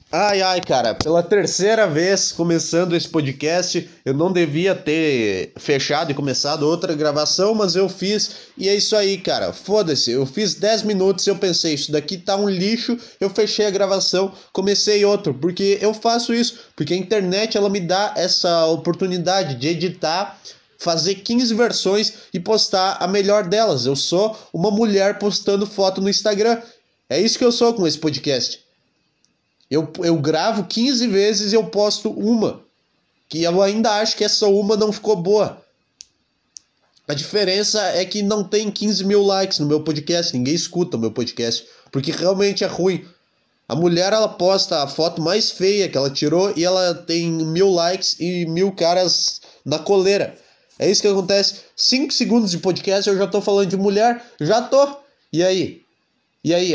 Ai, ai, cara, pela terceira vez começando esse podcast, eu não devia ter fechado e começado outra gravação, mas eu fiz e é isso aí, cara. Foda-se, eu fiz 10 minutos e eu pensei, isso daqui tá um lixo, eu fechei a gravação, comecei outro, porque eu faço isso, porque a internet ela me dá essa oportunidade de editar, fazer 15 versões e postar a melhor delas. Eu sou uma mulher postando foto no Instagram. É isso que eu sou com esse podcast. Eu gravo 15 vezes e eu posto uma. Que eu ainda acho que essa uma não ficou boa. A diferença é que não tem 15 mil likes no meu podcast. Ninguém escuta o meu podcast. Porque realmente é ruim. A mulher ela posta a foto mais feia que ela tirou e ela tem 1000 likes e 1000 caras na coleira. É isso que acontece. 5 segundos de podcast eu já tô falando de mulher. Já tô. E aí? E aí,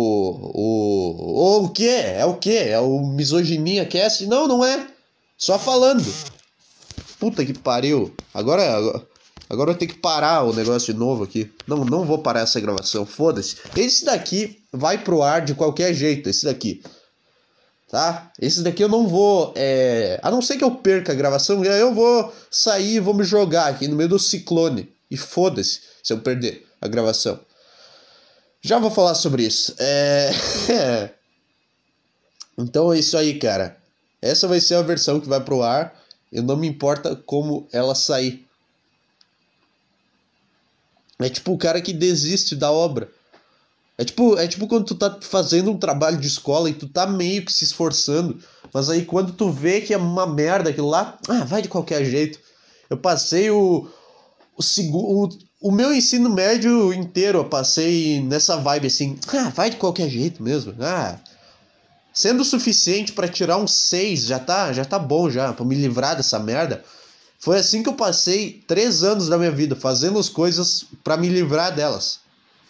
o quê? É o quê? É o Misoginia Cast? Não, não é. Só falando. Puta que pariu. Agora eu tenho que parar o negócio de novo aqui. Não, não vou parar essa gravação. Foda-se. Esse daqui vai pro ar de qualquer jeito. Esse daqui. Tá? Esse daqui eu não vou. A não ser que eu perca a gravação, eu vou sair e vou me jogar aqui no meio do ciclone. E foda-se se eu perder a gravação. Já vou falar sobre isso. Então é isso aí, cara. Essa vai ser a versão que vai pro ar. E não me importa como ela sair. É tipo o cara que desiste da obra. É tipo quando tu tá fazendo um trabalho de escola e tu tá meio que se esforçando. Mas aí quando tu vê que é uma merda aquilo lá, vai de qualquer jeito. Eu passei o meu ensino médio inteiro, eu passei nessa vibe assim, vai de qualquer jeito mesmo. Sendo o suficiente pra tirar um 6 já tá bom já, pra me livrar dessa merda. Foi assim que eu passei 3 anos da minha vida, fazendo as coisas pra me livrar delas.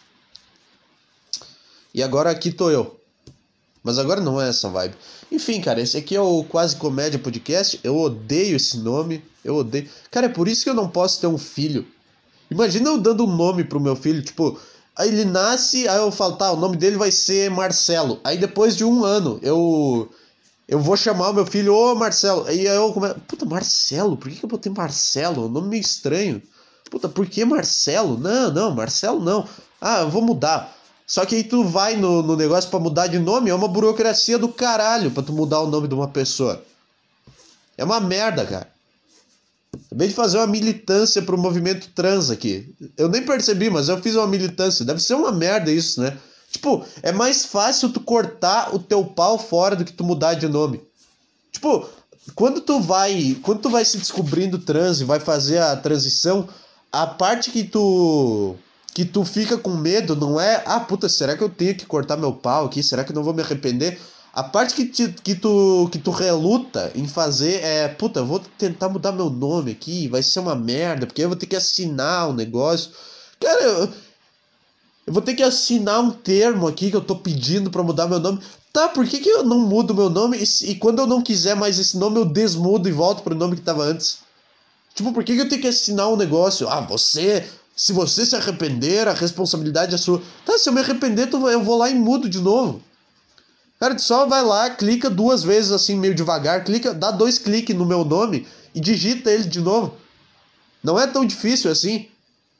E agora aqui tô eu. Mas agora não é essa vibe. Enfim, cara, esse aqui é o Quase Comédia Podcast. Eu odeio esse nome. Eu odeio. Cara, é por isso que eu não posso ter um filho. Imagina eu dando um nome pro meu filho, tipo, aí ele nasce, aí eu falo, tá, o nome dele vai ser Marcelo. Aí depois de um ano, eu vou chamar o meu filho, ô Marcelo. Aí eu começo, puta, Marcelo? Por que eu botei Marcelo? Um nome meio estranho. Puta, por que Marcelo? Não, não, Marcelo não. Eu vou mudar. Só que aí tu vai no negócio pra mudar de nome, é uma burocracia do caralho pra tu mudar o nome de uma pessoa. É uma merda, cara. Acabei de fazer uma militância pro movimento trans aqui. Eu nem percebi, mas eu fiz uma militância. Deve ser uma merda isso, né? Tipo, é mais fácil tu cortar o teu pau fora do que tu mudar de nome. Tipo, quando tu vai se descobrindo trans e vai fazer a transição, a parte que tu fica com medo não é, puta, será que eu tenho que cortar meu pau aqui? Será que eu não vou me arrepender? A parte que tu reluta em fazer é, puta, eu vou tentar mudar meu nome aqui, vai ser uma merda, porque eu vou ter que assinar um negócio. Cara, eu vou ter que assinar um termo aqui que eu tô pedindo pra mudar meu nome. Tá, por que eu não mudo meu nome e quando eu não quiser mais esse nome eu desmudo e volto pro nome que tava antes? Tipo, por que eu tenho que assinar um negócio? Se você se arrepender, a responsabilidade é sua. Tá, se eu me arrepender, eu vou lá e mudo de novo. Cara, tu só vai lá, clica 2 vezes assim, meio devagar, dá 2 cliques no meu nome e digita ele de novo. Não é tão difícil assim.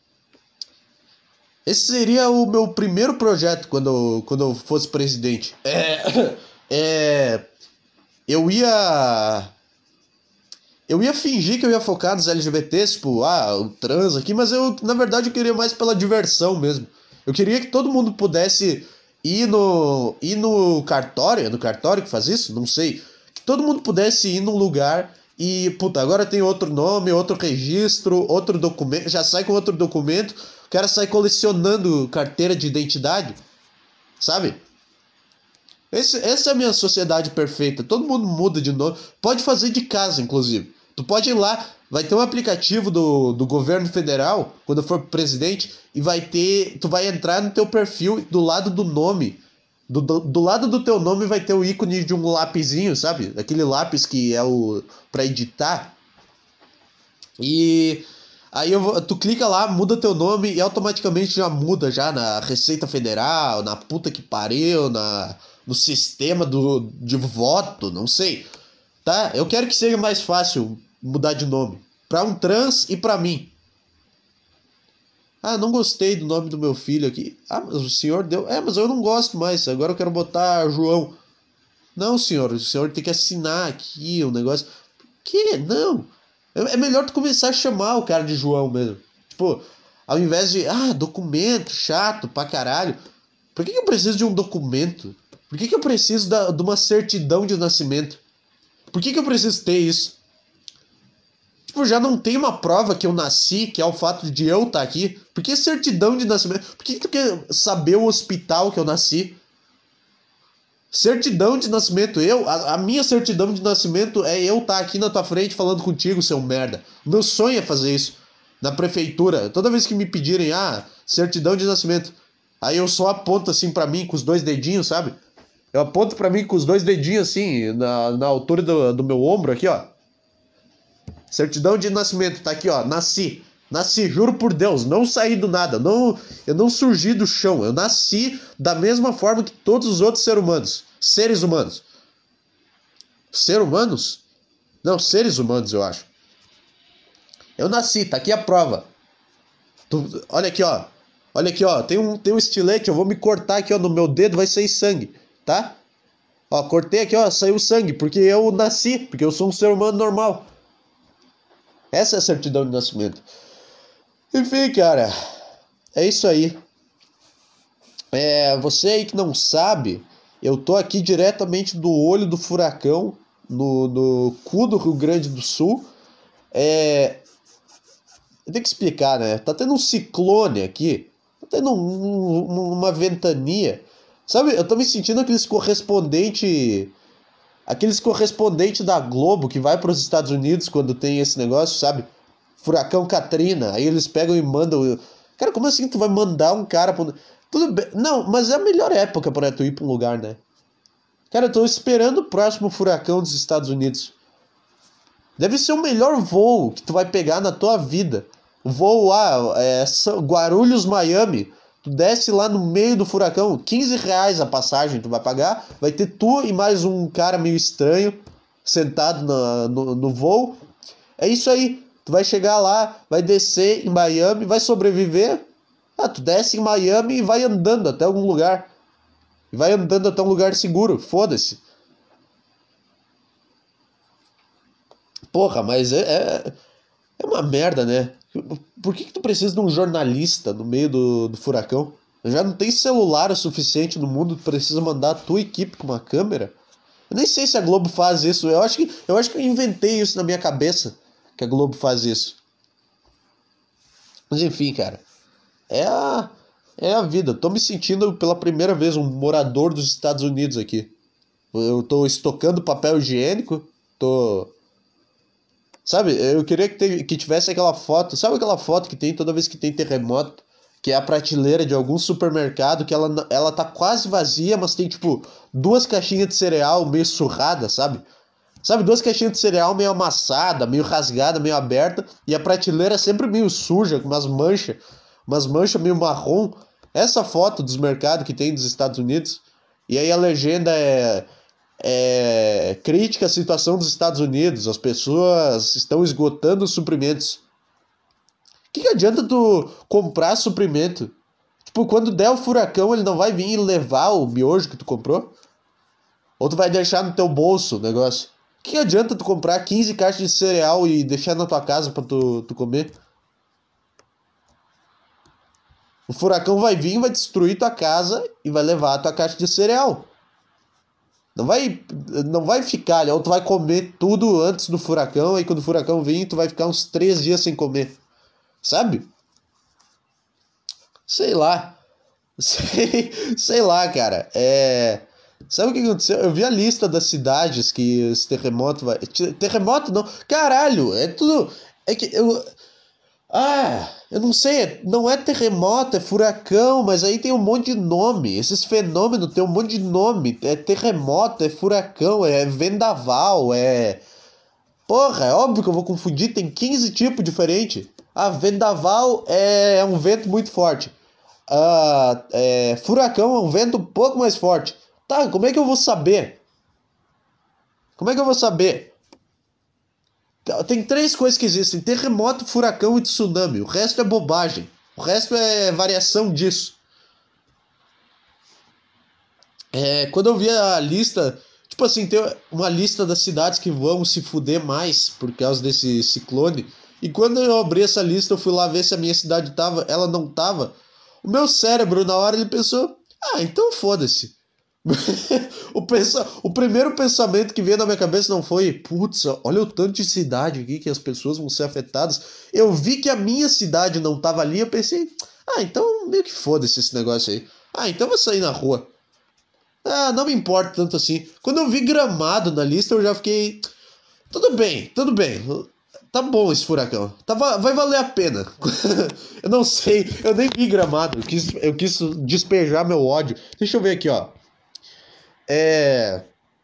Esse seria o meu primeiro projeto quando eu fosse presidente. É, eu ia. Eu ia fingir que eu ia focar nos LGBTs, tipo, o trans aqui, mas na verdade, eu queria mais pela diversão mesmo. Eu queria que todo mundo pudesse ir no cartório, é no cartório que faz isso? Não sei. Que todo mundo pudesse ir num lugar e, puta, agora tem outro nome, outro registro, outro documento, já sai com outro documento, o cara sai colecionando carteira de identidade, sabe? Essa é a minha sociedade perfeita. Todo mundo muda de nome. Pode fazer de casa, inclusive. Tu pode ir lá, vai ter um aplicativo do governo federal, quando for presidente, e vai ter. Tu vai entrar no teu perfil do lado do nome. Do lado do teu nome vai ter o ícone de um lapisinho, sabe? Aquele lápis que é o pra editar. E aí tu clica lá, muda teu nome e automaticamente já muda já na Receita Federal, na puta que pariu, no sistema de voto, não sei. Tá? Eu quero que seja mais fácil mudar de nome. Pra um trans e pra mim. Ah, não gostei do nome do meu filho aqui. Ah, mas o senhor deu. É, mas eu não gosto mais. Agora eu quero botar João. Não, senhor. O senhor tem que assinar aqui o negócio. Que? Não. É melhor tu começar a chamar o cara de João mesmo. Tipo, ao invés de. Ah, documento chato pra caralho. Por que eu preciso de um documento? Por que eu preciso de uma certidão de nascimento? Por que eu preciso ter isso? Tipo, já não tem uma prova que eu nasci, que é o fato de eu estar aqui. Por que certidão de nascimento? Por que tu quer saber o hospital que eu nasci? Certidão de nascimento, a minha certidão de nascimento é eu estar aqui na tua frente falando contigo, seu merda. Meu sonho é fazer isso. Na prefeitura, toda vez que me pedirem, certidão de nascimento, aí eu só aponto assim pra mim com os dois dedinhos, sabe? Eu aponto pra mim com os dois dedinhos assim, na altura do meu ombro aqui, ó. Certidão de nascimento, tá aqui, ó. Nasci. Nasci, juro por Deus, não saí do nada. Não, eu não surgi do chão. Eu nasci da mesma forma que todos os outros seres humanos. Seres humanos. Ser humanos? Não, seres humanos, eu acho. Eu nasci, tá aqui a prova. Olha aqui, ó. Olha aqui, ó. Tem um estilete, eu vou me cortar aqui, ó. No meu dedo vai sair sangue, tá? Ó, cortei aqui, ó. Saiu sangue, porque eu nasci, porque eu sou um ser humano normal. Essa é a certidão de nascimento. Enfim, cara. É isso aí. Você aí que não sabe, eu tô aqui diretamente do olho do furacão, no cu do Rio Grande do Sul. Eu tenho que explicar, né? Tá tendo um ciclone aqui, tá tendo uma ventania. Sabe, eu tô me sentindo aqueles correspondente da Globo que vai para os Estados Unidos quando tem esse negócio, sabe? Furacão Katrina, aí eles pegam e mandam. Cara, como assim tu vai mandar um cara pra... Tudo bem. Não, mas é a melhor época para tu ir pra um lugar, né? Cara, eu tô esperando o próximo furacão dos Estados Unidos. Deve ser o melhor voo que tu vai pegar na tua vida. O voo lá, Guarulhos, Miami. Tu desce lá no meio do furacão, R$ 15 a passagem tu vai pagar. Vai ter tu e mais um cara meio estranho sentado no voo. É isso aí. Tu vai chegar lá, vai descer em Miami, vai sobreviver. Ah, tu desce em Miami e vai andando até algum lugar. E vai andando até um lugar seguro. Foda-se. Porra, mas é uma merda, né? Por que tu precisa de um jornalista no meio do furacão? Já não tem celular o suficiente no mundo, tu precisa mandar a tua equipe com uma câmera? Eu nem sei se a Globo faz isso. Eu acho que eu inventei isso na minha cabeça, que a Globo faz isso. Mas enfim, cara. É a, é a vida. Tô me sentindo pela primeira vez um morador dos Estados Unidos aqui. Eu tô estocando papel higiênico, tô. Sabe, eu queria que tivesse aquela foto. Sabe aquela foto que tem toda vez que tem terremoto? Que é a prateleira de algum supermercado que ela tá quase vazia, mas tem tipo duas caixinhas de cereal meio surrada, sabe? Sabe, duas caixinhas de cereal meio amassada, meio rasgada, meio aberta, e a prateleira é sempre meio suja, com umas manchas meio marrom. Essa foto dos mercados que tem dos Estados Unidos. E aí a legenda é crítica à situação dos Estados Unidos. As pessoas estão esgotando os suprimentos. O que adianta tu comprar suprimento? Tipo, quando der o furacão, ele não vai vir levar o miojo que tu comprou? Ou tu vai deixar no teu bolso o negócio? O que adianta tu comprar 15 caixas de cereal e deixar na tua casa pra tu comer? O furacão vai vir, vai destruir tua casa e vai levar a tua caixa de cereal. Não vai, não vai ficar, ou tu vai comer tudo antes do furacão, aí quando o furacão vir, tu vai ficar uns 3 dias sem comer. Sabe? Sei lá. Sei lá, cara. Sabe o que aconteceu? Eu vi a lista das cidades que esse terremoto vai. Terremoto não. Caralho, é tudo. É que eu. Eu não sei, não é terremoto, é furacão, mas aí tem um monte de nome. Esses fenômenos tem um monte de nome. É terremoto, é furacão, é vendaval, é. Porra, é óbvio que eu vou confundir, tem 15 tipos diferentes. Vendaval é um vento muito forte. Furacão é um vento um pouco mais forte. Tá, como é que eu vou saber? Como é que eu vou saber? Tem três coisas que existem: terremoto, furacão e tsunami. O resto é bobagem. O resto é variação disso. Quando eu vi a lista, tipo assim, tem uma lista das cidades que vão se fuder mais por causa desse ciclone. E quando eu abri essa lista, eu fui lá ver se a minha cidade tava, ela não tava. O meu cérebro, na hora, ele pensou: ah, então foda-se. O primeiro pensamento que veio na minha cabeça não foi, putz, olha o tanto de cidade aqui que as pessoas vão ser afetadas. Eu vi que a minha cidade não tava ali, eu pensei, ah, então meio que foda-se esse negócio aí. Ah, então eu vou sair na rua. Ah, não me importa tanto assim. Quando eu vi Gramado na lista, eu já fiquei, tudo bem, tudo bem. Tá bom esse furacão. Vai valer a pena. Eu não sei, eu nem vi Gramado. Eu quis despejar meu ódio. Deixa eu ver aqui, ó. É.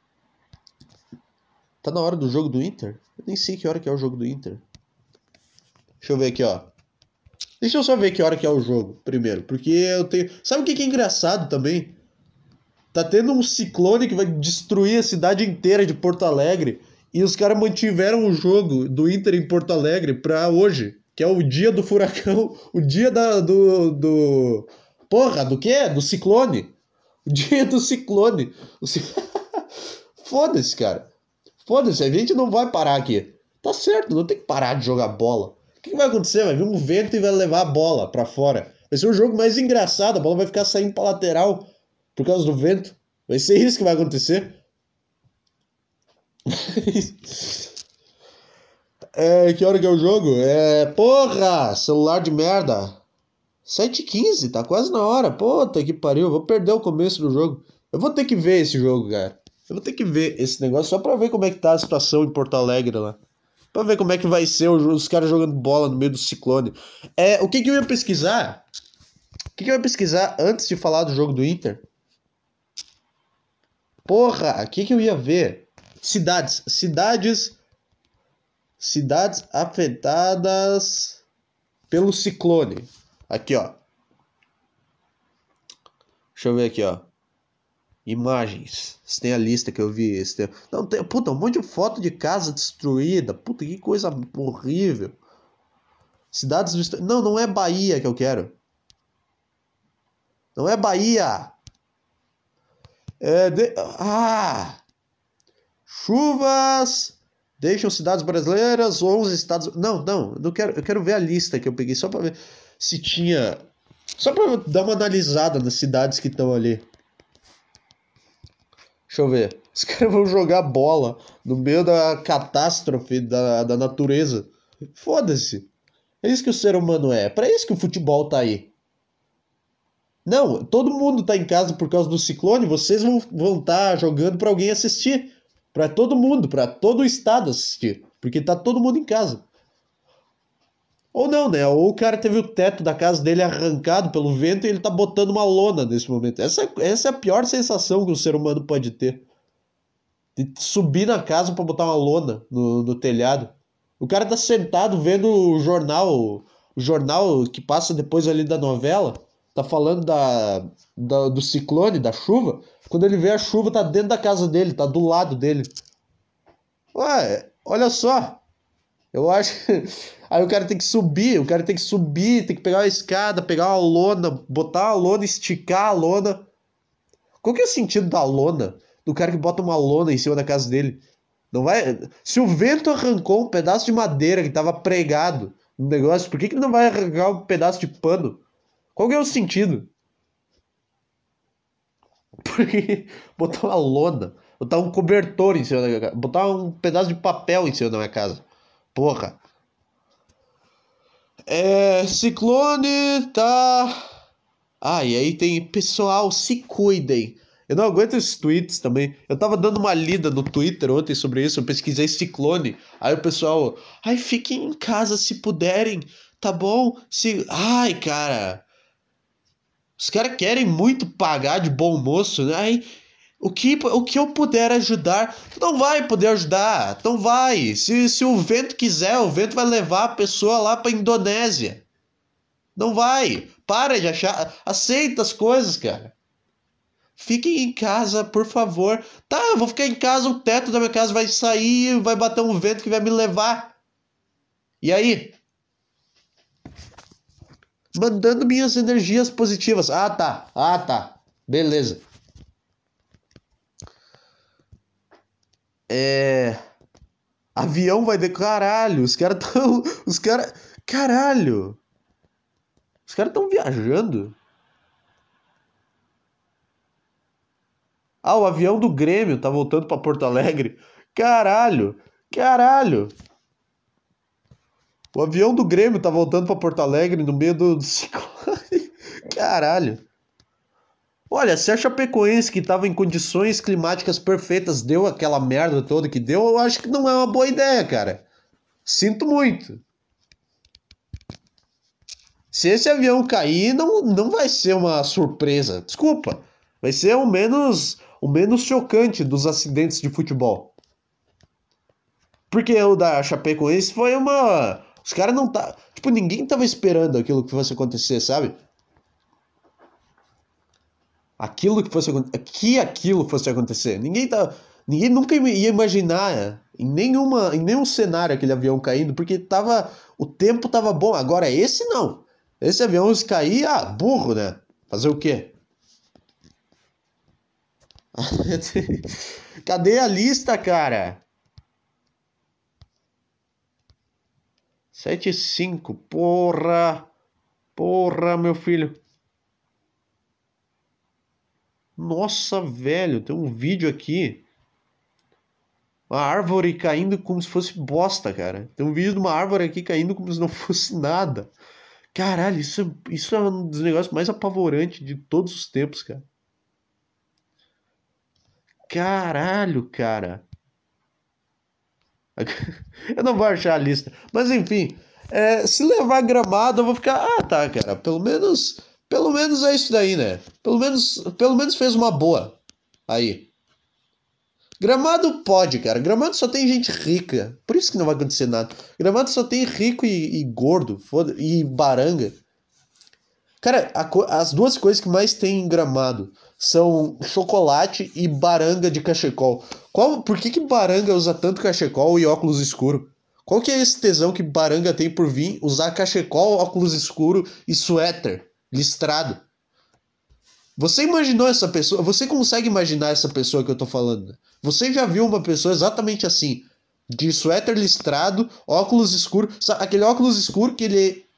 Tá na hora do jogo do Inter? Eu nem sei que hora que é o jogo do Inter. Deixa eu ver aqui, ó. Deixa eu só ver que hora que é o jogo, primeiro. Porque eu tenho. Sabe o que é engraçado também? Tá tendo um ciclone que vai destruir a cidade inteira de Porto Alegre. E os caras mantiveram o jogo do Inter em Porto Alegre pra hoje. Que é o dia do furacão. O dia do. Porra, do quê? Do ciclone. O dia do ciclone. Foda-se, cara. Foda-se, a gente não vai parar aqui. Tá certo, não tem que parar de jogar bola. O que vai acontecer? Vai vir um vento e vai levar a bola pra fora. Vai ser o jogo mais engraçado, a bola vai ficar saindo pra lateral por causa do vento. Vai ser isso que vai acontecer. Que hora que é o jogo? Porra! Celular de merda. 7h15, tá quase na hora. Puta que pariu, vou perder o começo do jogo. Eu vou ter que ver esse jogo, cara. Eu vou ter que ver esse negócio só pra ver como é que tá a situação em Porto Alegre lá. Pra ver como é que vai ser os caras jogando bola no meio do ciclone. O que que eu ia pesquisar? O que que eu ia pesquisar antes de falar do jogo do Inter? Porra, o que que eu ia ver? Cidades. Cidades afetadas pelo ciclone. Aqui, ó. Deixa eu ver aqui, ó. Imagens. Você tem a lista que eu vi. Não, tem, puta, um monte de foto de casa destruída. Puta, que coisa horrível. Cidades do... Não, não é Bahia que eu quero. Não é Bahia. Ah! Chuvas deixam cidades brasileiras, 11 estados... Não quero, eu quero ver a lista que eu peguei só pra ver se tinha... Só pra dar uma analisada nas cidades que estão ali. Deixa eu ver. Os caras vão jogar bola no meio da catástrofe da natureza. Foda-se. É isso que o ser humano é. É pra isso que o futebol tá aí. Não, todo mundo tá em casa por causa do ciclone, vocês vão tá jogando pra alguém assistir. Pra todo mundo, pra todo o estado assistir. Porque tá todo mundo em casa. Ou não, né? Ou o cara teve o teto da casa dele arrancado pelo vento e ele tá botando uma lona nesse momento. Essa é a pior sensação que o ser humano pode ter. De subir na casa pra botar uma lona no telhado. O cara tá sentado vendo o jornal que passa depois ali da novela, tá falando do ciclone, da chuva. Quando ele vê a chuva, tá dentro da casa dele, tá do lado dele. Ué, olha só. Eu acho. Aí o cara tem que subir, tem que pegar uma escada, pegar uma lona, botar uma lona, esticar a lona. Qual que é o sentido da lona? Do cara que bota uma lona em cima da casa dele? Não vai. Se o vento arrancou um pedaço de madeira que estava pregado no negócio, por que que não vai arrancar um pedaço de pano? Qual que é o sentido? Porque botar uma lona, botar um cobertor em cima da minha casa, botar um pedaço de papel em cima da minha casa. Porra. Ciclone tá. Ah, e aí tem pessoal, se cuidem. Eu não aguento esses tweets também. Eu tava dando uma lida no Twitter ontem sobre isso, eu pesquisei ciclone. Aí o pessoal, ai, fiquem em casa se puderem, tá bom? Se... Ai, cara, os caras querem muito pagar de bom moço, né? Ai, o que eu puder ajudar, tu não vai poder ajudar, não vai. Se o vento quiser, o vento vai levar a pessoa lá pra Indonésia. Não vai. Para de achar. Aceita as coisas, cara. Fiquem em casa, por favor. Tá, eu vou ficar em casa, o teto da minha casa vai sair, vai bater um vento que vai me levar. E aí? Mandando minhas energias positivas. Ah, tá. Ah, tá. Beleza. É. Avião vai de. Caralho, os caras tão. Os caras. Caralho! Os caras tão viajando. Ah, o avião do Grêmio tá voltando pra Porto Alegre. Caralho! Caralho! O avião do Grêmio tá voltando pra Porto Alegre no meio do ciclone. Caralho! Olha, se a Chapecoense, que tava em condições climáticas perfeitas, deu aquela merda toda que deu, eu acho que não é uma boa ideia, cara. Sinto muito. Se esse avião cair, não vai ser uma surpresa. Desculpa. Vai ser o menos chocante dos acidentes de futebol. Porque o da Chapecoense foi uma. Os caras não tá. Tipo, ninguém tava esperando aquilo que fosse acontecer, sabe? Aquilo fosse acontecer. Ninguém nunca ia imaginar em nenhum cenário aquele avião caindo, porque o tempo tava bom. Agora esse não. Esse avião se cair, burro, né? Fazer o quê? Cadê a lista, cara? 7-5, porra. Porra, meu filho. Nossa, velho, tem um vídeo aqui. Uma árvore caindo como se fosse bosta, cara. Tem um vídeo de uma árvore aqui caindo como se não fosse nada. Caralho, isso é um dos negócios mais apavorantes de todos os tempos, cara. Caralho, cara. Eu não vou achar a lista. Mas enfim, se levar gramado, eu vou ficar. Ah, tá, cara. Pelo menos é isso daí, né? Pelo menos fez uma boa. Aí. Gramado pode, cara. Gramado só tem gente rica. Por isso que não vai acontecer nada. Gramado só tem rico e gordo. Foda, e baranga. Cara, as duas coisas que mais tem em Gramado são chocolate e baranga de cachecol. Por que baranga usa tanto cachecol e óculos escuro? Qual que é esse tesão que baranga tem por vir usar cachecol, óculos escuro e suéter listrado? Você imaginou essa pessoa? Você consegue imaginar essa pessoa que eu tô falando? Você já viu uma pessoa exatamente assim? De suéter listrado, óculos escuros. Aquele óculos escuro que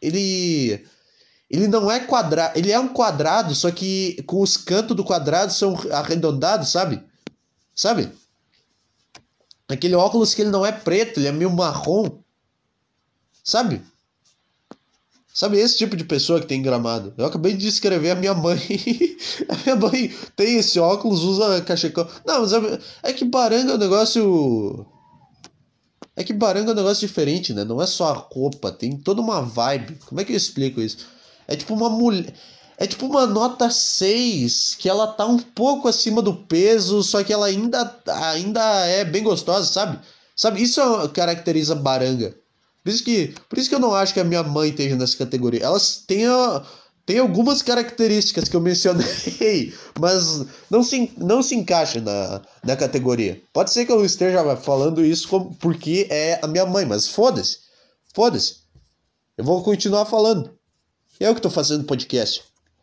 ele não é quadrado, ele é um quadrado, só que com os cantos do quadrado são arredondados, sabe? Sabe? Aquele óculos que ele não é preto, ele é meio marrom, sabe? Sabe esse tipo de pessoa que tem Gramado? Eu acabei de descrever a minha mãe. A minha mãe tem esse óculos, usa cachecol. Não, mas é que baranga é um negócio. É que baranga é um negócio diferente, né? Não é só a roupa, tem toda uma vibe. Como é que eu explico isso? É tipo uma mulher. É tipo uma nota 6 que ela tá um pouco acima do peso, só que ela ainda é bem gostosa, sabe? Sabe? Isso caracteriza baranga. Por isso que eu não acho que a minha mãe esteja nessa categoria. Elas têm algumas características que eu mencionei, mas não se encaixa na categoria. Pode ser que eu esteja falando isso porque é a minha mãe, mas foda-se. Foda-se. Eu vou continuar falando. Eu que tô fazendo podcast.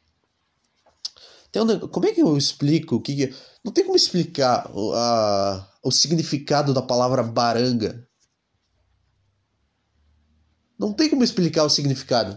Como é que eu explico Não tem como explicar o significado da palavra baranga. Não tem como explicar o significado.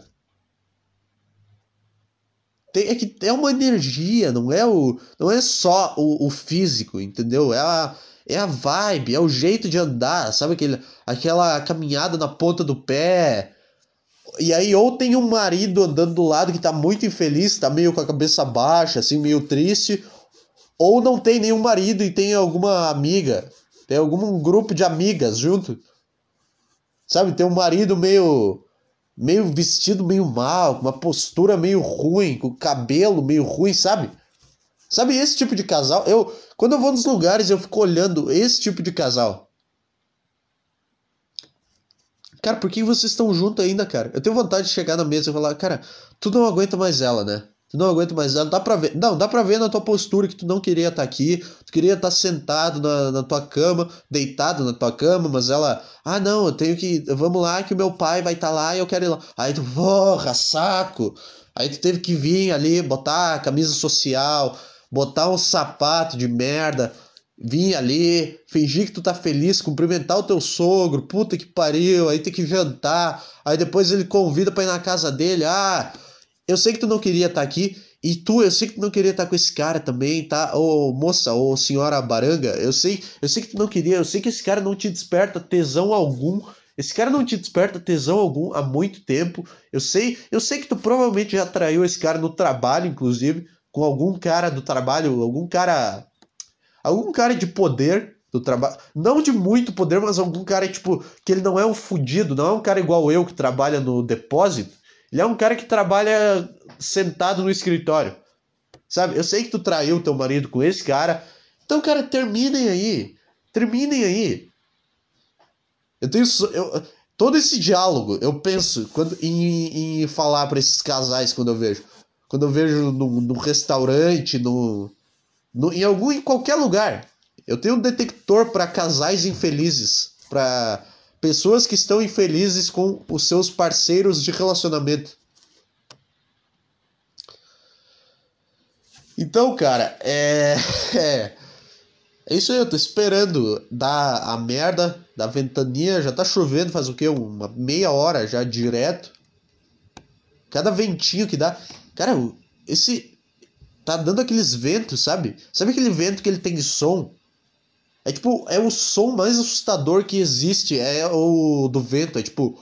É que é uma energia, não é só o físico, entendeu? É a vibe, é o jeito de andar, sabe aquela caminhada na ponta do pé. E aí ou tem um marido andando do lado que tá muito infeliz, tá meio com a cabeça baixa, assim, meio triste, ou não tem nenhum marido e tem alguma amiga, tem algum grupo de amigas junto, sabe? Tem um marido meio vestido meio mal, com uma postura meio ruim, com o cabelo meio ruim, sabe? Sabe esse tipo de casal? Quando eu vou nos lugares, eu fico olhando esse tipo de casal. Cara, por que vocês estão juntos ainda, cara? Eu tenho vontade de chegar na mesa e falar, cara, tu não aguenta mais ela, né? Tu não aguenta mais ela, dá pra ver. Não, dá pra ver na tua postura que tu não queria estar aqui, tu queria estar sentado na tua cama, deitado na tua cama, mas ela, ah não, eu tenho que, vamos lá que o meu pai vai estar lá e eu quero ir lá. Aí tu, porra, saco. Aí tu teve que vir ali, botar a camisa social, botar um sapato de merda, vir ali, fingir que tu tá feliz, cumprimentar o teu sogro, puta que pariu, aí tem que jantar, aí depois ele convida pra ir na casa dele, ah, eu sei que tu não queria estar aqui. E tu, eu sei que tu não queria estar com esse cara também, tá? Ô moça, ô senhora Baranga, eu sei que tu não queria, eu sei que esse cara não te desperta tesão algum. Esse cara não te desperta tesão algum há muito tempo. Eu sei que tu provavelmente já traiu esse cara no trabalho, inclusive, com algum cara do trabalho, algum cara de poder do trabalho, não de muito poder, mas algum cara tipo que ele não é um fudido, não é um cara igual eu que trabalha no depósito. Ele é um cara que trabalha sentado no escritório, sabe? Eu sei que tu traiu teu marido com esse cara, então, cara, terminem aí, terminem aí. Eu tenho todo esse diálogo, eu penso em falar para esses casais quando eu vejo no restaurante, em qualquer lugar. Eu tenho um detector para casais infelizes, para pessoas que estão infelizes com os seus parceiros de relacionamento. Então, cara, é isso aí, eu tô esperando dar a merda da ventania, já tá chovendo faz o quê? Uma meia hora já direto. Cada ventinho que dá. Cara, esse tá dando aqueles ventos, sabe? Sabe aquele vento que ele tem som? É tipo, é o som mais assustador que existe, é o do vento, é tipo,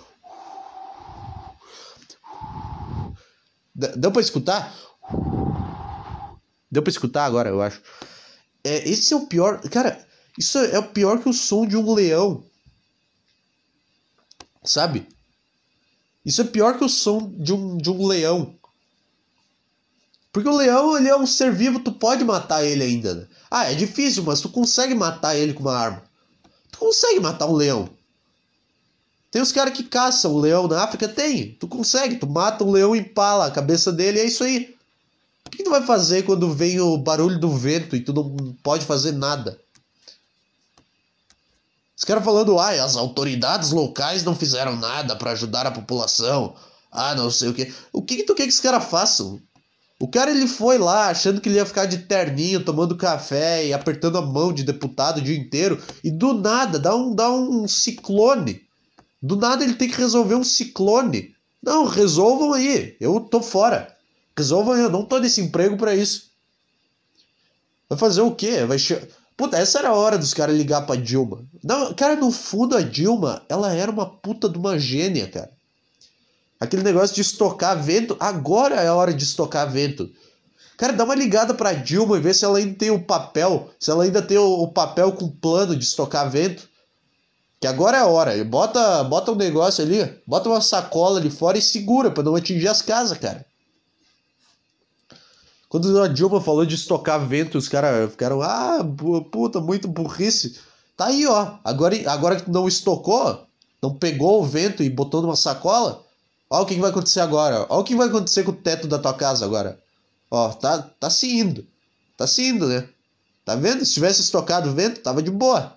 deu pra escutar? Deu pra escutar agora, eu acho. Esse é o pior, cara, isso é o pior que o som de um leão, sabe? Isso é pior que o som de um leão. Porque o leão, ele é um ser vivo, tu pode matar ele ainda, né? Ah, é difícil, mas tu consegue matar ele com uma arma. Tu consegue matar um leão. Tem os caras que caçam o leão na África, tem. Tu consegue, tu mata um leão e empala a cabeça dele, é isso aí. O que tu vai fazer quando vem o barulho do vento e tu não pode fazer nada? Os caras falando, ai, as autoridades locais não fizeram nada pra ajudar a população. Ah, não sei o quê. O que tu quer que os caras façam? O cara ele foi lá achando que ele ia ficar de terninho, tomando café e apertando a mão de deputado o dia inteiro. E do nada, dá um ciclone. Do nada ele tem que resolver um ciclone. Não, resolvam aí. Eu tô fora. Resolvam aí, eu não tô nesse emprego pra isso. Vai fazer o quê? Puta, essa era a hora dos caras ligar pra Dilma. Não, cara, no fundo a Dilma, ela era uma puta de uma gênia, cara. Aquele negócio de estocar vento, agora é a hora de estocar vento. Cara, dá uma ligada pra Dilma e vê se ela ainda tem o papel, se ela ainda tem o papel com plano de estocar vento. Que agora é a hora. Bota um negócio ali, bota uma sacola ali fora e segura pra não atingir as casas, cara. Quando a Dilma falou de estocar vento, os caras ficaram, ah, puta, muito burrice. Tá aí, ó. Agora que não estocou, não pegou o vento e botou numa sacola, ó o que vai acontecer agora. Ó o que vai acontecer com o teto da tua casa agora. Ó, tá se indo. Tá se indo, né? Tá vendo? Se tivesse estocado o vento, tava de boa.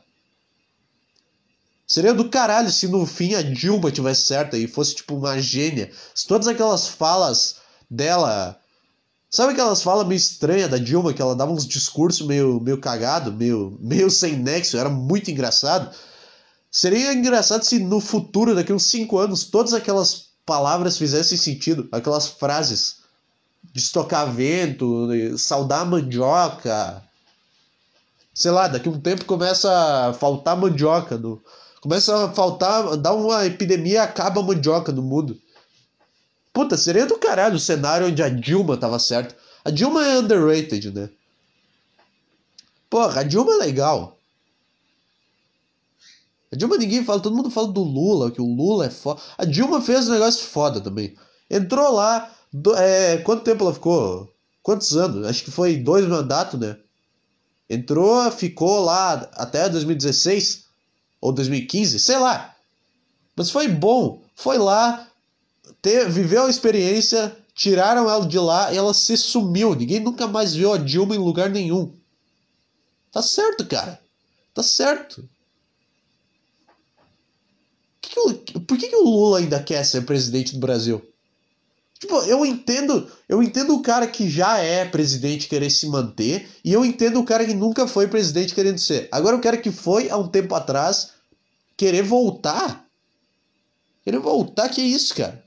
Seria do caralho se no fim a Dilma tivesse certa e fosse tipo uma gênia. Se todas aquelas falas dela. Sabe aquelas falas meio estranhas da Dilma, que ela dava uns discursos meio cagado, meio sem nexo, era muito engraçado. Seria engraçado se no futuro, daqui uns 5 anos, todas aquelas palavras fizessem sentido, aquelas frases de estocar vento, de saudar a mandioca. Sei lá, daqui a um tempo começa a faltar mandioca. Começa a faltar, dá uma epidemia, acaba a mandioca no mundo. Puta, seria do caralho o cenário onde a Dilma tava certa. A Dilma é underrated, né? Porra, a Dilma é legal. A Dilma ninguém fala, todo mundo fala do Lula, que o Lula é foda. A Dilma fez um negócio foda também. Entrou lá, quanto tempo ela ficou? Quantos anos? Acho que foi 2 mandatos, né? Entrou, ficou lá até 2016 ou 2015, sei lá. Mas foi bom. Foi lá, viveu a experiência, Tiraram ela de lá e ela se sumiu. Ninguém nunca mais viu a Dilma em lugar nenhum. Tá certo, cara. Tá certo. Por que o Lula ainda quer ser presidente do Brasil? Tipo, eu entendo o cara que já é presidente querer se manter, e eu entendo o cara que nunca foi presidente querendo ser. Agora o cara que foi há um tempo atrás querer voltar. Querer voltar, que isso, cara?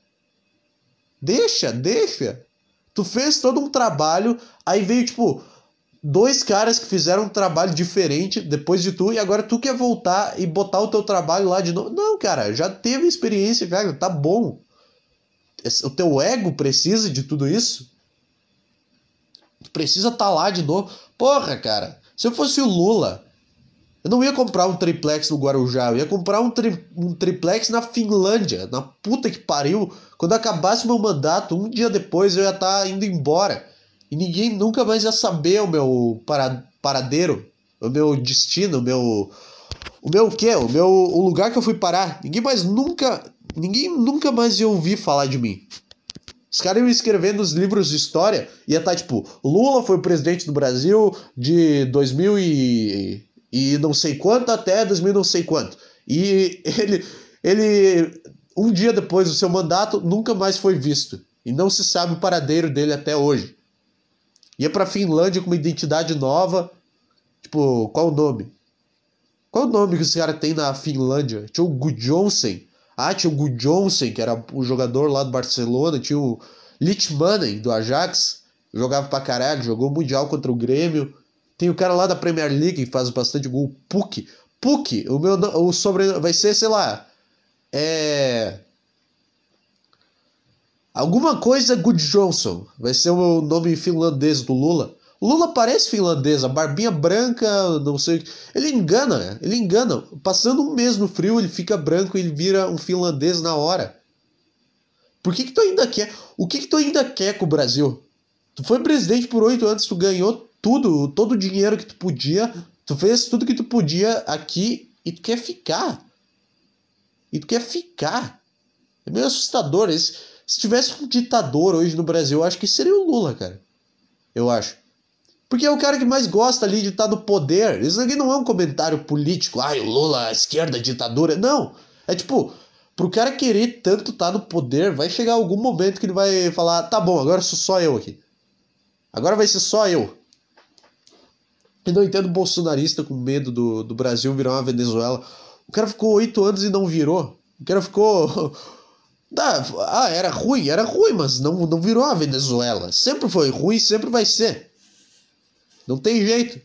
Deixa. Tu fez todo um trabalho, aí veio, tipo, dois caras que fizeram um trabalho diferente depois de tu, e agora tu quer voltar e botar o teu trabalho lá de novo. Não, cara, já teve experiência, cara, tá bom. O teu ego precisa de tudo isso? Tu precisa estar lá de novo? Porra, cara, se eu fosse o Lula, eu não ia comprar um triplex no Guarujá, eu ia comprar um triplex na Finlândia, na puta que pariu. Quando acabasse meu mandato, um dia depois eu ia estar indo embora. E ninguém nunca mais ia saber o meu paradeiro, o meu destino, o meu o quê? O lugar que eu fui parar. Ninguém nunca mais ia ouvir falar de mim. Os caras iam escrever nos livros de história, ia estar tipo, Lula foi o presidente do Brasil de 2000 e não sei quanto até 2000 não sei quanto. E ele, um dia depois do seu mandato, nunca mais foi visto. E não se sabe o paradeiro dele até hoje. Ia pra Finlândia com uma identidade nova. Tipo, qual o nome? Qual o nome que os caras têm na Finlândia? Tinha o Gudjohnsen. Ah, tinha o Gudjohnsen, que era o jogador lá do Barcelona. Tinha o Littmannen, do Ajax. Jogava pra caralho, jogou Mundial contra o Grêmio. Tem o cara lá da Premier League que faz bastante gol, Puck. Puck, o sobrenome vai ser, sei lá, é... Alguma coisa Gudjohnsen. Vai ser o nome finlandês do Lula. O Lula parece finlandês, a barbinha branca, não sei. Ele engana, né? Ele engana. Passando um mês no frio, ele fica branco e ele vira um finlandês na hora. Por que tu ainda quer? O que tu ainda quer com o Brasil? Tu foi presidente por 8 anos, tu ganhou tudo, todo o dinheiro que tu podia, tu fez tudo que tu podia aqui e tu quer ficar. E tu quer ficar. É meio assustador. Se tivesse um ditador hoje no Brasil, eu acho que seria o Lula, cara. Eu acho. Porque é o cara que mais gosta ali de estar no poder. Isso aqui não é um comentário político. Ai, o Lula, a esquerda, a ditadura. Não. É tipo, pro cara querer tanto estar no poder, vai chegar algum momento que ele vai falar: tá bom, agora sou só eu aqui. Agora vai ser só eu. Eu não entendo bolsonarista com medo do Brasil virar uma Venezuela. O cara ficou 8 anos e não virou. O cara ficou. Era ruim, mas não virou a Venezuela. Sempre foi ruim, sempre vai ser. Não tem jeito.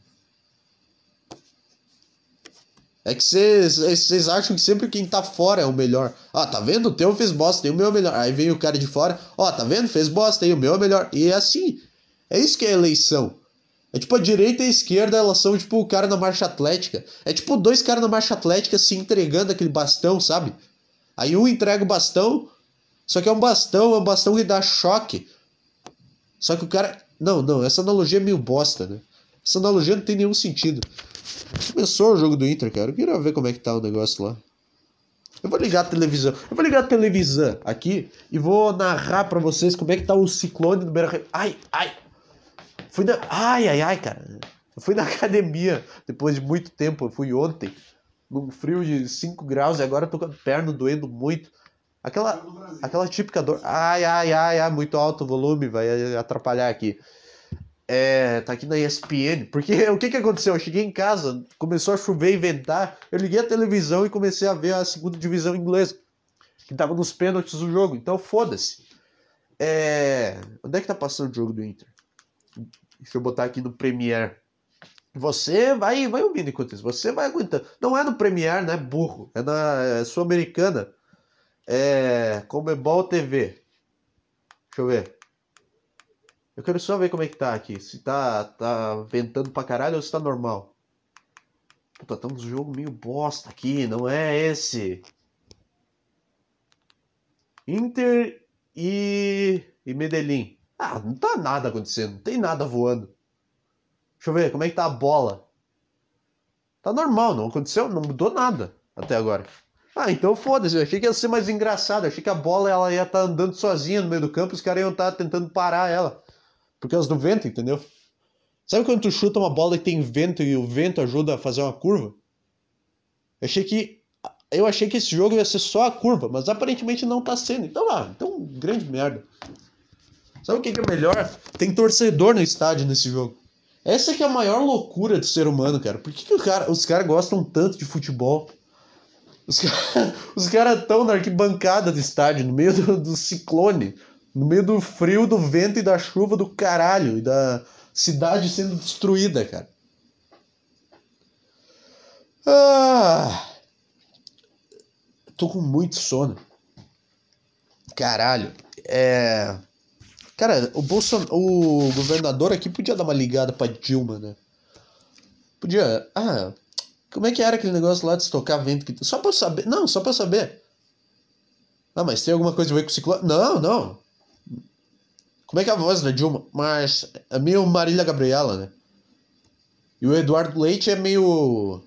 É que vocês acham que sempre quem tá fora é o melhor. Ó, tá vendo? O teu fez bosta, e o meu é melhor. Aí vem o cara de fora, ó, tá vendo? Fez bosta, e o meu é melhor. E é assim. É isso que é eleição. É tipo a direita e a esquerda, elas são tipo o cara na marcha atlética. É tipo dois caras na marcha atlética se entregando aquele bastão, sabe? Aí um entrega o bastão, só que é um bastão que dá choque. Só que o cara. Não, essa analogia é meio bosta, né? Essa analogia não tem nenhum sentido. Começou o jogo do Inter, cara. Eu queria ver como é que tá o negócio lá. Eu vou ligar a televisão. Eu vou ligar a televisão aqui e vou narrar pra vocês como é que tá o ciclone do Beira-Rio. Ai. Ai, cara. Eu fui na academia depois de muito tempo. Eu fui ontem, num frio de 5 graus, e agora eu tô com a perna doendo muito. Aquela típica dor. Ai, muito alto o volume, vai atrapalhar aqui. Tá aqui na ESPN. Porque o que aconteceu? Eu cheguei em casa, começou a chover e ventar. Eu liguei a televisão e comecei a ver a segunda divisão inglesa, que tava nos pênaltis do jogo. Então foda-se. Onde é que tá passando o jogo do Inter? Deixa eu botar aqui no Premiere. Você vai ouvindo enquanto isso. Você vai aguentando. Não é no Premiere, né, burro? É na Sul-Americana. Comebol TV. Deixa eu ver. Eu quero só ver como é que tá aqui. Se tá ventando pra caralho ou se tá normal. Puta, tá um jogo meio bosta aqui, não é esse. Inter e Medellín. Ah, não tá nada acontecendo, não tem nada voando. Deixa eu ver, como é que tá a bola? Tá normal, não aconteceu, não mudou nada até agora. Ah, então foda-se, eu achei que ia ser mais engraçado, eu achei que a bola ela ia estar andando sozinha no meio do campo e os caras iam estar tentando parar ela. Por causa do vento, entendeu? Sabe quando tu chuta uma bola e tem vento e o vento ajuda a fazer uma curva? Eu achei que. Eu achei que esse jogo ia ser só a curva, mas aparentemente não tá sendo. Então grande merda. Sabe o que é melhor? Tem torcedor no estádio nesse jogo. Essa que é a maior loucura do ser humano, cara. Por que os caras gostam tanto de futebol? Os caras estão na arquibancada do estádio, no meio do ciclone, no meio do frio, do vento e da chuva do caralho, e da cidade sendo destruída, cara. Ah, tô com muito sono. Caralho. Cara, o governador aqui podia dar uma ligada pra Dilma, né? Podia. Como é que era aquele negócio lá de estocar vento? Só pra eu saber. Não, só pra eu saber. Ah, mas tem alguma coisa a ver com o ciclone? Não, não. Como é que é a voz da Dilma? Mas é meio Marília Gabriela, né? E o Eduardo Leite é meio.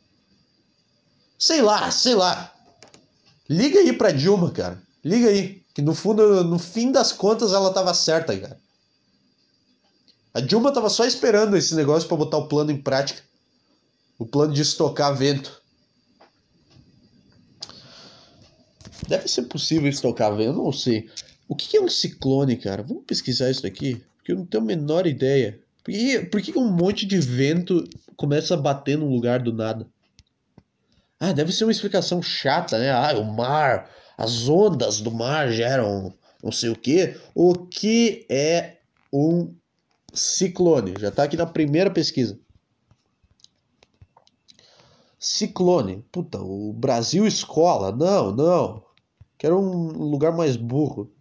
Sei lá, sei lá. Liga aí pra Dilma, cara. Liga aí. Que no fundo, no fim das contas, ela tava certa, cara. A Dilma tava só esperando esse negócio pra botar o plano em prática. O plano de estocar vento. Deve ser possível estocar vento, eu não sei. O que é um ciclone, cara? Vamos pesquisar isso daqui? Porque eu não tenho a menor ideia. Por que um monte de vento começa a bater num lugar do nada? Ah, deve ser uma explicação chata, né? Ah, o mar, as ondas do mar geram não sei o quê. O que é um ciclone? Já tá aqui na primeira pesquisa. Ciclone. Puta, o Brasil escola. Não, não. Quero um lugar mais burro.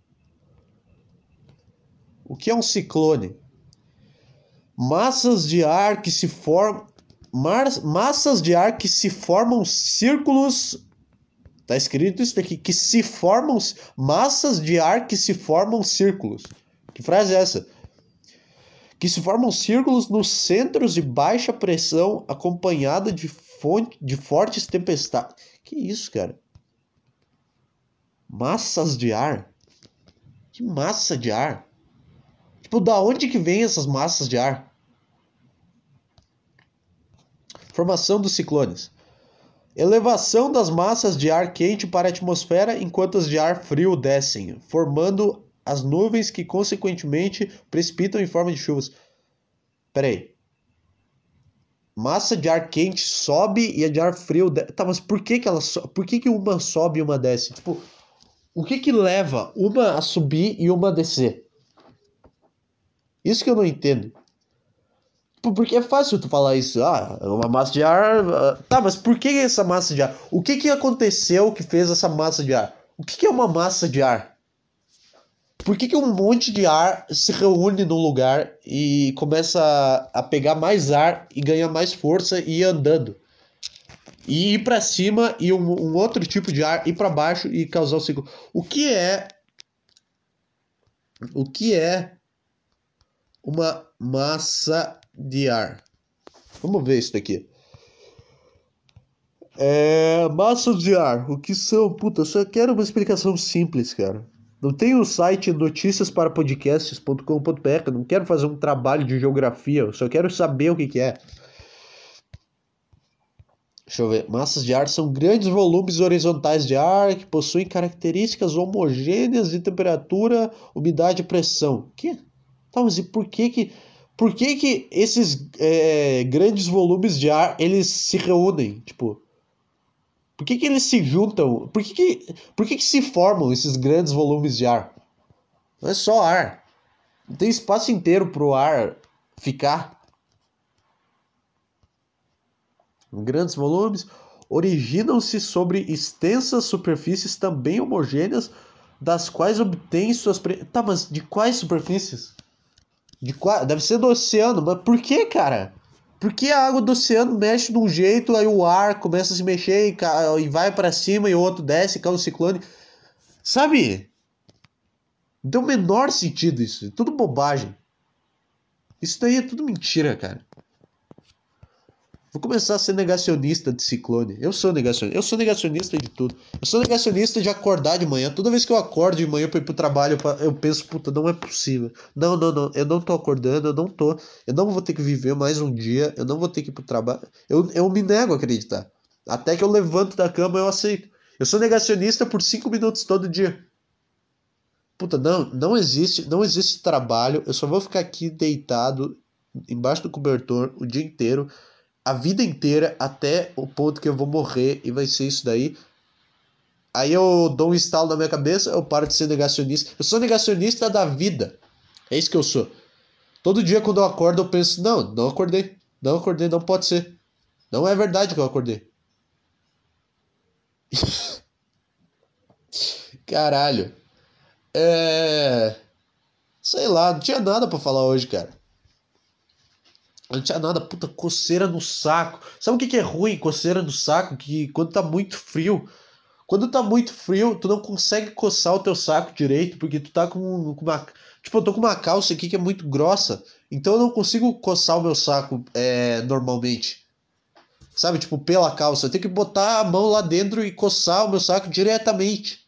O que é um ciclone? Massas de ar que se formam. Massas de ar que se formam círculos. Tá escrito isso daqui, que se formam massas de ar que se formam círculos. Que frase é essa? Que se formam círculos nos centros de baixa pressão acompanhada de fortes tempestades. Que isso, cara? Massas de ar? Que massa de ar? Tipo, da onde que vem essas massas de ar? Formação dos ciclones. Elevação das massas de ar quente para a atmosfera enquanto as de ar frio descem, formando as nuvens que consequentemente precipitam em forma de chuvas. Peraí. Massa de ar quente sobe e a de ar frio desce. Tá, mas por que uma sobe e uma desce? Tipo, o que leva uma a subir e uma a descer? Isso que eu não entendo. Tipo, porque é fácil tu falar isso. Ah, é uma massa de ar. Tá, mas por que essa massa de ar? O que aconteceu que fez essa massa de ar? O que é uma massa de ar? Por que um monte de ar se reúne num lugar e começa a pegar mais ar e ganha mais força e ir andando? E ir para cima e um outro tipo de ar ir para baixo e causar o ciclo. O que é uma massa de ar? Vamos ver isso daqui. Massas de ar. O que são? Puta, eu só quero uma explicação simples, cara. Não tem o site noticiasparapodcasts.com.br. Não quero fazer um trabalho de geografia. Eu só quero saber o que é. Deixa eu ver. Massas de ar são grandes volumes horizontais de ar que possuem características homogêneas de temperatura, umidade e pressão. Que? Tá, mas e por que que esses grandes volumes de ar eles se reúnem? Tipo, por que que eles se juntam? Por que que se formam esses grandes volumes de ar? Não é só ar. Não tem espaço inteiro para o ar ficar. Grandes volumes originam-se sobre extensas superfícies também homogêneas, das quais obtêm suas. Tá, mas de quais superfícies? Deve ser do oceano, mas por que, cara? Por que a água do oceano mexe de um jeito, aí o ar começa a se mexer e vai para cima e o outro desce, cai um ciclone? Sabe? Não tem o menor sentido isso. É tudo bobagem. Isso daí é tudo mentira, cara. Vou começar a ser negacionista de ciclone. Eu sou negacionista. Eu sou negacionista de tudo. Eu sou negacionista de acordar de manhã. Toda vez que eu acordo de manhã pra ir pro trabalho, eu penso, puta, não é possível. Não, não, não. Eu não tô acordando, eu não tô. Eu não vou ter que viver mais um dia. Eu não vou ter que ir pro trabalho. Eu me nego a acreditar. Até que eu levanto da cama, eu aceito. Eu sou negacionista por 5 minutos todo dia. Puta, não existe trabalho. Eu só vou ficar aqui deitado embaixo do cobertor o dia inteiro, a vida inteira, até o ponto que eu vou morrer, e vai ser isso daí. Aí eu dou um estalo na minha cabeça, eu paro de ser negacionista. Eu sou negacionista da vida. É isso que eu sou. Todo dia quando eu acordo eu penso, não, não acordei. Não acordei, não pode ser. Não é verdade que eu acordei. Caralho. É... Sei lá, não tinha nada pra falar hoje, cara. Não tinha nada, puta, coceira no saco. Sabe o que que é ruim, coceira no saco? Que quando tá muito frio, tu não consegue coçar o teu saco direito, porque tu tá com uma. Tipo, eu tô com uma calça aqui que é muito grossa, então eu não consigo coçar o meu saco normalmente. Sabe, tipo, pela calça. Eu tenho que botar a mão lá dentro e coçar o meu saco diretamente.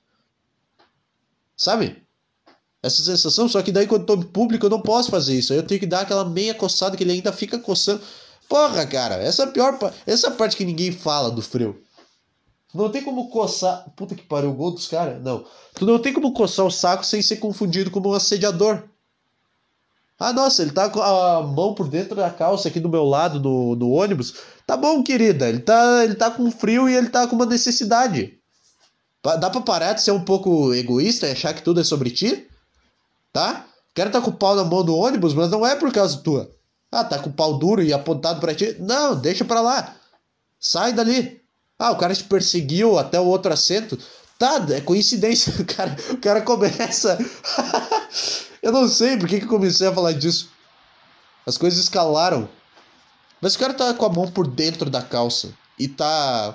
Sabe? Essa sensação, só que daí quando eu tô em público eu não posso fazer isso. Aí eu tenho que dar aquela meia coçada que ele ainda fica coçando. Porra, cara, essa é a pior essa é a parte que ninguém fala do frio. Tu não tem como coçar. Puta que pariu, o gol dos caras? Não. Tu não tem como coçar o saco sem ser confundido como um assediador. Ah, nossa, ele tá com a mão por dentro da calça aqui do meu lado no ônibus. Tá bom, querida. Ele tá com frio e ele tá com uma necessidade. Dá pra parar de ser um pouco egoísta e achar que tudo é sobre ti? Tá? O cara tá com o pau na mão do ônibus, mas não é por causa tua. Ah, tá com o pau duro e apontado pra ti? Não, deixa pra lá. Sai dali. Ah, o cara te perseguiu até o outro assento. Tá, é coincidência. O cara começa. Eu não sei por que eu comecei a falar disso. As coisas escalaram. Mas o cara tá com a mão por dentro da calça. E tá.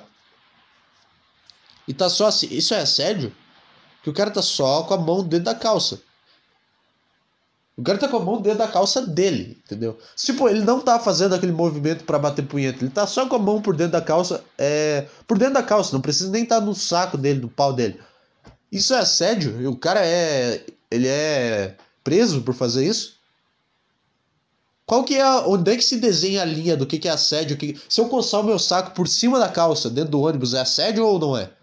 E tá só assim. Isso é assédio? Que o cara tá só com a mão dentro da calça. O cara tá com a mão dentro da calça dele, entendeu? Tipo, ele não tá fazendo aquele movimento pra bater punheta. Ele tá só com a mão por dentro da calça. Por dentro da calça, não precisa nem estar no saco dele, no pau dele. Isso é assédio? E o cara é. Ele é preso por fazer isso? Qual que é. Onde é que se desenha a linha do que é assédio? Se eu coçar o meu saco por cima da calça, dentro do ônibus, é assédio ou não é?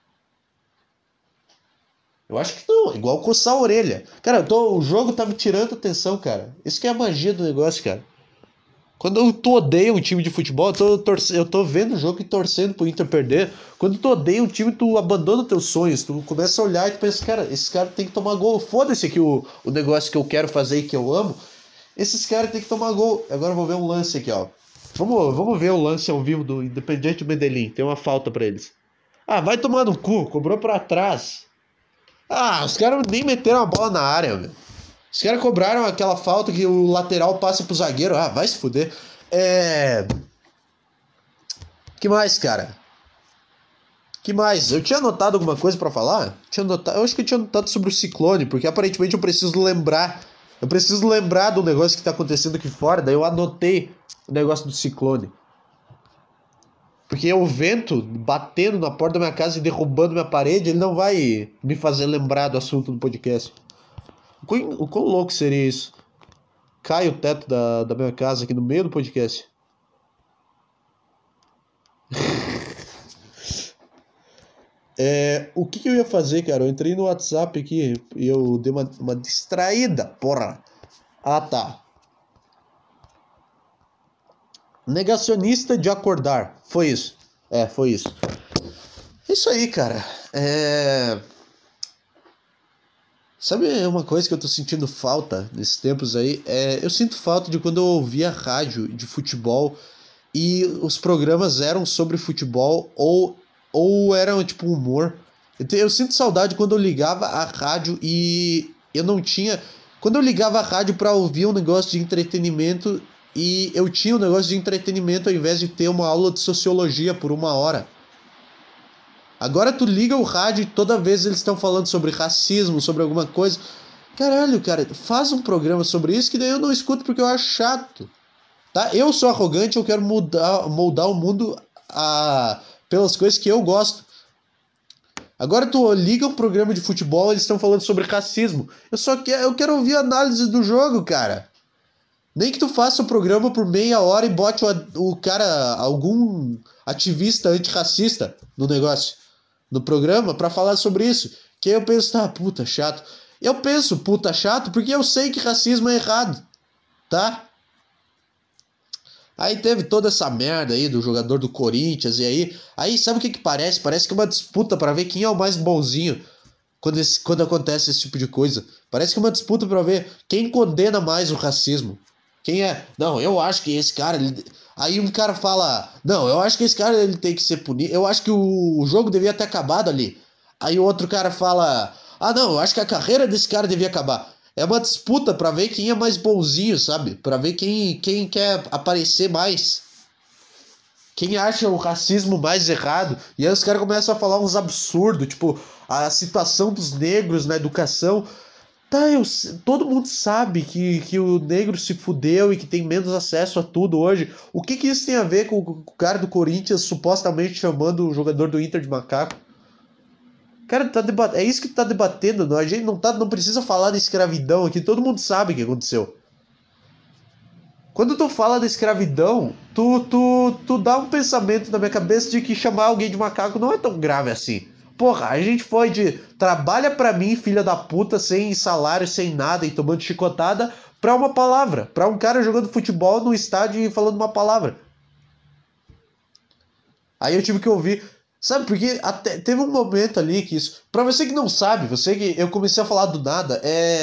Eu acho que não. Igual coçar a orelha. Cara, o jogo tá me tirando atenção, cara. Isso que é a magia do negócio, cara. Quando tu odeia um time de futebol, eu tô vendo o jogo e torcendo pro Inter perder. Quando tu odeia um time, tu abandona teus sonhos. Tu começa a olhar e tu pensa, cara, esse cara tem que tomar gol. Foda-se aqui o negócio que eu quero fazer e que eu amo. Esses caras tem que tomar gol. Agora eu vou ver um lance aqui, ó. Vamos ver o lance ao vivo do Independiente Medellín. Tem uma falta pra eles. Ah, vai tomar no cu. Cobrou pra trás. Ah, os caras nem meteram a bola na área, velho. Os caras cobraram aquela falta que o lateral passa pro zagueiro. Ah, vai se fuder. É. Que mais, cara? Que mais? Eu tinha anotado alguma coisa pra falar? Eu acho que eu tinha anotado sobre o ciclone, porque aparentemente eu preciso lembrar. Eu preciso lembrar do negócio que tá acontecendo aqui fora, daí eu anotei o negócio do ciclone. Porque o vento batendo na porta da minha casa e derrubando minha parede, ele não vai me fazer lembrar do assunto do podcast. O quão louco seria isso? Cai o teto da minha casa aqui no meio do podcast. O que eu ia fazer, cara? Eu entrei no WhatsApp aqui e eu dei uma distraída, porra. Ah, tá. Negacionista de acordar. Foi isso. Foi isso. É isso aí, cara. Sabe uma coisa que eu tô sentindo falta nesses tempos aí? Eu sinto falta de quando eu ouvia rádio de futebol e os programas eram sobre futebol ou eram tipo humor. Eu sinto saudade quando eu ligava a rádio e eu não tinha. Quando eu ligava a rádio pra ouvir um negócio de entretenimento e eu tinha um negócio de entretenimento ao invés de ter uma aula de sociologia por 1 hora. Agora tu liga o rádio e toda vez eles estão falando sobre racismo, sobre alguma coisa. Caralho, cara, faz um programa sobre isso que daí eu não escuto porque eu acho chato. tá? Eu sou arrogante, eu quero moldar o mundo pelas coisas que eu gosto. Agora tu liga um programa de futebol, eles estão falando sobre racismo. Eu quero ouvir a análise do jogo, cara. Nem que tu faça o programa por meia hora e bote o cara, algum ativista antirracista no negócio, no programa, pra falar sobre isso. Que aí eu penso, tá, puta, chato. Eu penso, puta, chato, porque eu sei que racismo é errado, tá? Aí teve toda essa merda aí do jogador do Corinthians, e aí sabe o que parece? Parece que é uma disputa pra ver quem é o mais bonzinho quando acontece esse tipo de coisa. Parece que é uma disputa pra ver quem condena mais o racismo. Quem é? Não, eu acho que esse cara. Aí um cara fala: Não, eu acho que esse cara ele tem que ser punido. Eu acho que o jogo devia ter acabado ali. Aí o outro cara fala: Ah, não, eu acho que a carreira desse cara devia acabar. É uma disputa pra ver quem é mais bonzinho, sabe? Pra ver quem quer aparecer mais. Quem acha o racismo mais errado. E aí os caras começam a falar uns absurdos, tipo, a situação dos negros na educação. Tá, todo mundo sabe que o negro se fudeu e que tem menos acesso a tudo hoje. O que isso tem a ver com o cara do Corinthians supostamente chamando o jogador do Inter de macaco? Cara, é isso que tu tá debatendo. Não? A gente não precisa falar de escravidão aqui, todo mundo sabe o que aconteceu. Quando tu fala da escravidão, tu dá um pensamento na minha cabeça de que chamar alguém de macaco não é tão grave assim. Porra, a gente foi de trabalha pra mim, filha da puta, sem salário, sem nada e tomando chicotada, pra uma palavra. Pra um cara jogando futebol no estádio e falando uma palavra. Aí eu tive que ouvir. Sabe, porque até teve um momento ali que isso. Pra você que não sabe, você que eu comecei a falar do nada,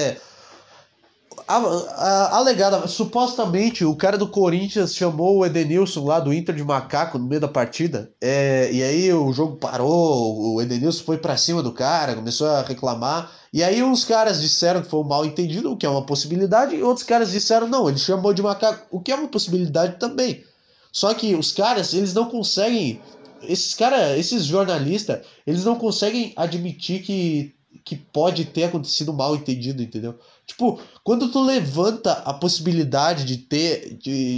alegada, supostamente o cara do Corinthians chamou o Edenilson lá do Inter de macaco no meio da partida. E aí o jogo parou, o Edenilson foi pra cima do cara, começou a reclamar. E aí uns caras disseram que foi um mal entendido, o que é uma possibilidade, e outros caras disseram não, ele chamou de macaco, o que é uma possibilidade também. Só que os caras, eles não conseguem. Esses jornalistas, eles não conseguem admitir que pode ter acontecido um mal entendido, entendeu? Tipo, quando tu levanta a possibilidade de ter.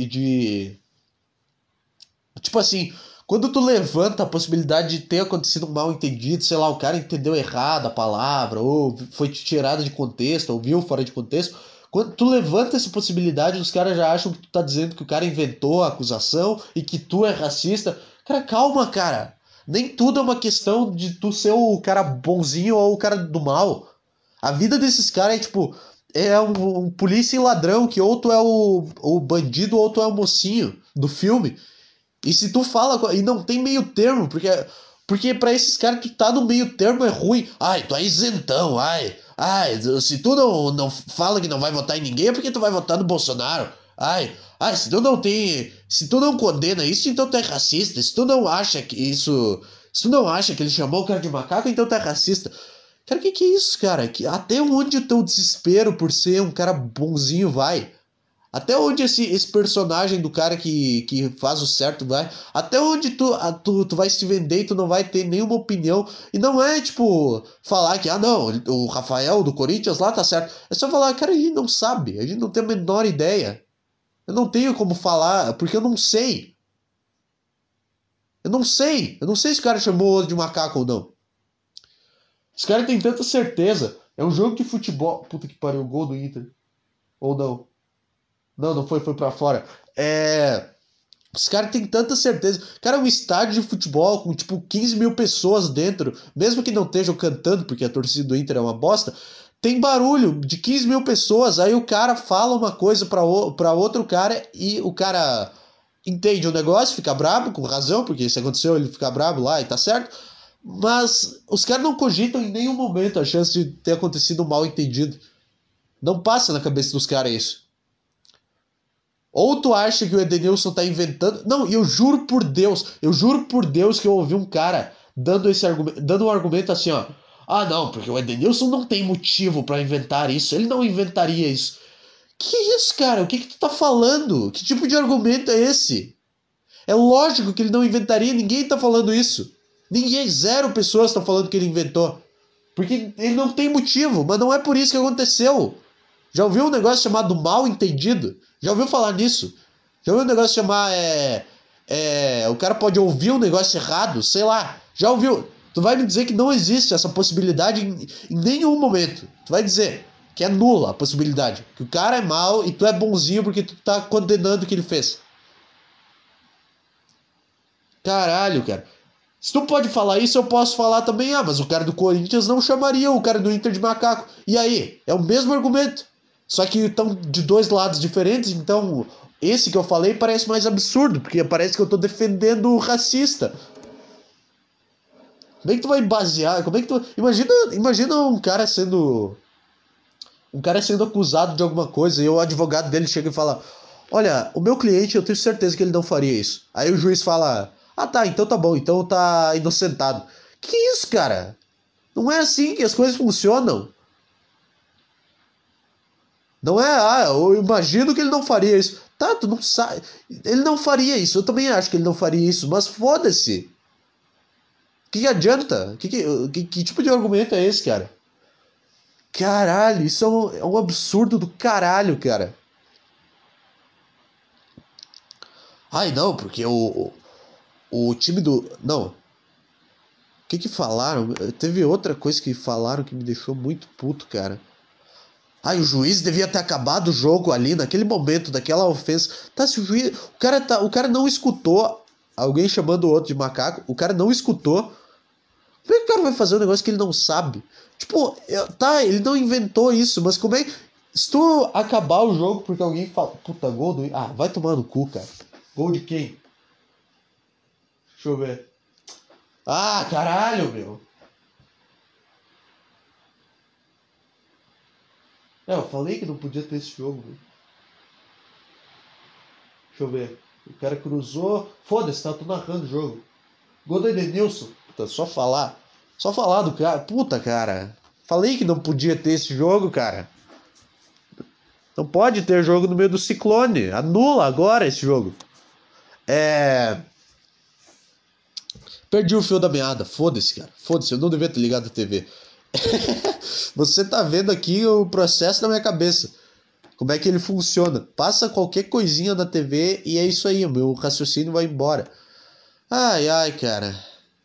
Tipo assim, quando tu levanta a possibilidade de ter acontecido um mal entendido, sei lá, o cara entendeu errado a palavra, ou foi tirado de contexto, ou viu fora de contexto. Quando tu levanta essa possibilidade, os caras já acham que tu tá dizendo que o cara inventou a acusação e que tu é racista. Cara, calma, cara. Nem tudo é uma questão de tu ser o cara bonzinho ou o cara do mal. A vida desses caras é tipo. É um polícia e ladrão, que ou tu é o bandido ou tu é o mocinho do filme. E se tu fala. E não tem meio termo, porque pra esses caras tu tá no meio termo é ruim. Ai, tu é isentão, ai. Ai, se tu não fala que não vai votar em ninguém é porque tu vai votar no Bolsonaro. Ai, se tu não tem. Se tu não condena isso, então tu é racista. Se tu não acha que isso. Se tu não acha que ele chamou o cara de macaco, então tu é racista. Cara, que é isso, cara? Até onde o teu desespero por ser um cara bonzinho vai? Até onde esse personagem do cara que faz o certo vai? Até onde tu vai se vender e tu não vai ter nenhuma opinião? E não é tipo falar que, ah não, o Rafael do Corinthians lá tá certo. É só falar, cara, a gente não sabe, a gente não tem a menor ideia. Eu não tenho como falar, porque eu não sei. Eu não sei. Eu não sei se o cara chamou de macaco ou não. Os caras têm tanta certeza. É um jogo de futebol. Puta que pariu, gol do Inter. Ou não? Não foi, foi pra fora. Os caras têm tanta certeza. Cara, é um estádio de futebol com tipo 15 mil pessoas dentro, mesmo que não estejam cantando, porque a torcida do Inter é uma bosta, tem barulho de 15 mil pessoas. Aí o cara fala uma coisa pra outro cara e o cara entende o negócio, fica brabo, com razão, porque se aconteceu ele fica brabo lá e tá certo. Mas os caras não cogitam em nenhum momento a chance de ter acontecido um mal entendido. Não passa na cabeça dos caras isso. Ou tu acha que o Edenilson tá inventando. Não, e eu juro por Deus que eu ouvi um cara dando um argumento assim, ó. Ah, não, porque o Edenilson não tem motivo pra inventar isso. Ele não inventaria isso. Que isso, cara? O que tu tá falando? Que tipo de argumento é esse? É lógico que ele não inventaria, ninguém tá falando isso. Ninguém, zero pessoas estão falando que ele inventou. Porque ele não tem motivo, mas não é por isso que aconteceu. Já ouviu um negócio chamado mal entendido? Já ouviu falar nisso? Já ouviu um negócio chamar o cara pode ouvir um negócio errado, sei lá. Já ouviu? Tu vai me dizer que não existe essa possibilidade em nenhum momento. Tu vai dizer que é nula a possibilidade. Que o cara é mau e tu é bonzinho porque tu tá condenando o que ele fez. Caralho, cara. Se tu pode falar isso, eu posso falar também. Ah, mas o cara do Corinthians não chamaria o cara do Inter de macaco. E aí? É o mesmo argumento. Só que estão de dois lados diferentes, então esse que eu falei parece mais absurdo, porque parece que eu tô defendendo o racista. Como é que tu vai basear? Como é que tu. Imagina um cara sendo acusado de alguma coisa e o advogado dele chega e fala: Olha, o meu cliente, eu tenho certeza que ele não faria isso. Aí o juiz fala: Ah, tá, então tá bom, então tá inocentado. Que isso, cara? Não é assim que as coisas funcionam. Não é, eu imagino que ele não faria isso. Tá, tu não sabe. Ele não faria isso. Eu também acho que ele não faria isso, mas foda-se. O que adianta? Que tipo de argumento é esse, cara? Caralho, isso é um absurdo do caralho, cara. Ai, não, porque o time do. Não. O que falaram? Teve outra coisa que falaram que me deixou muito puto, cara. Ai, o juiz devia ter acabado o jogo ali, naquele momento, daquela ofensa. Tá, se o juiz. O cara não escutou alguém chamando o outro de macaco. O cara não escutou. Como é que o cara vai fazer um negócio que ele não sabe? Tipo, tá, ele não inventou isso, mas como é que. Se tu acabar o jogo porque alguém fala. Puta, gol do. Ah, vai tomar no cu, cara. Gol de quem? Deixa eu ver. Ah, caralho, meu. É, eu falei que não podia ter esse jogo, meu. Deixa eu ver. O cara cruzou. Foda-se, tá? Tô narrando o jogo. Gol do Edenilson. Puta, só falar. Só falar do cara. Puta, cara. Falei que não podia ter esse jogo, cara. Não pode ter jogo no meio do ciclone. Anula agora esse jogo. É. Perdi o fio da meada. Foda-se, cara. Foda-se, eu não devia ter ligado a TV. Você tá vendo aqui o processo na minha cabeça. Como é que ele funciona? Passa qualquer coisinha na TV e é isso aí. O meu raciocínio vai embora. Ai, ai, cara.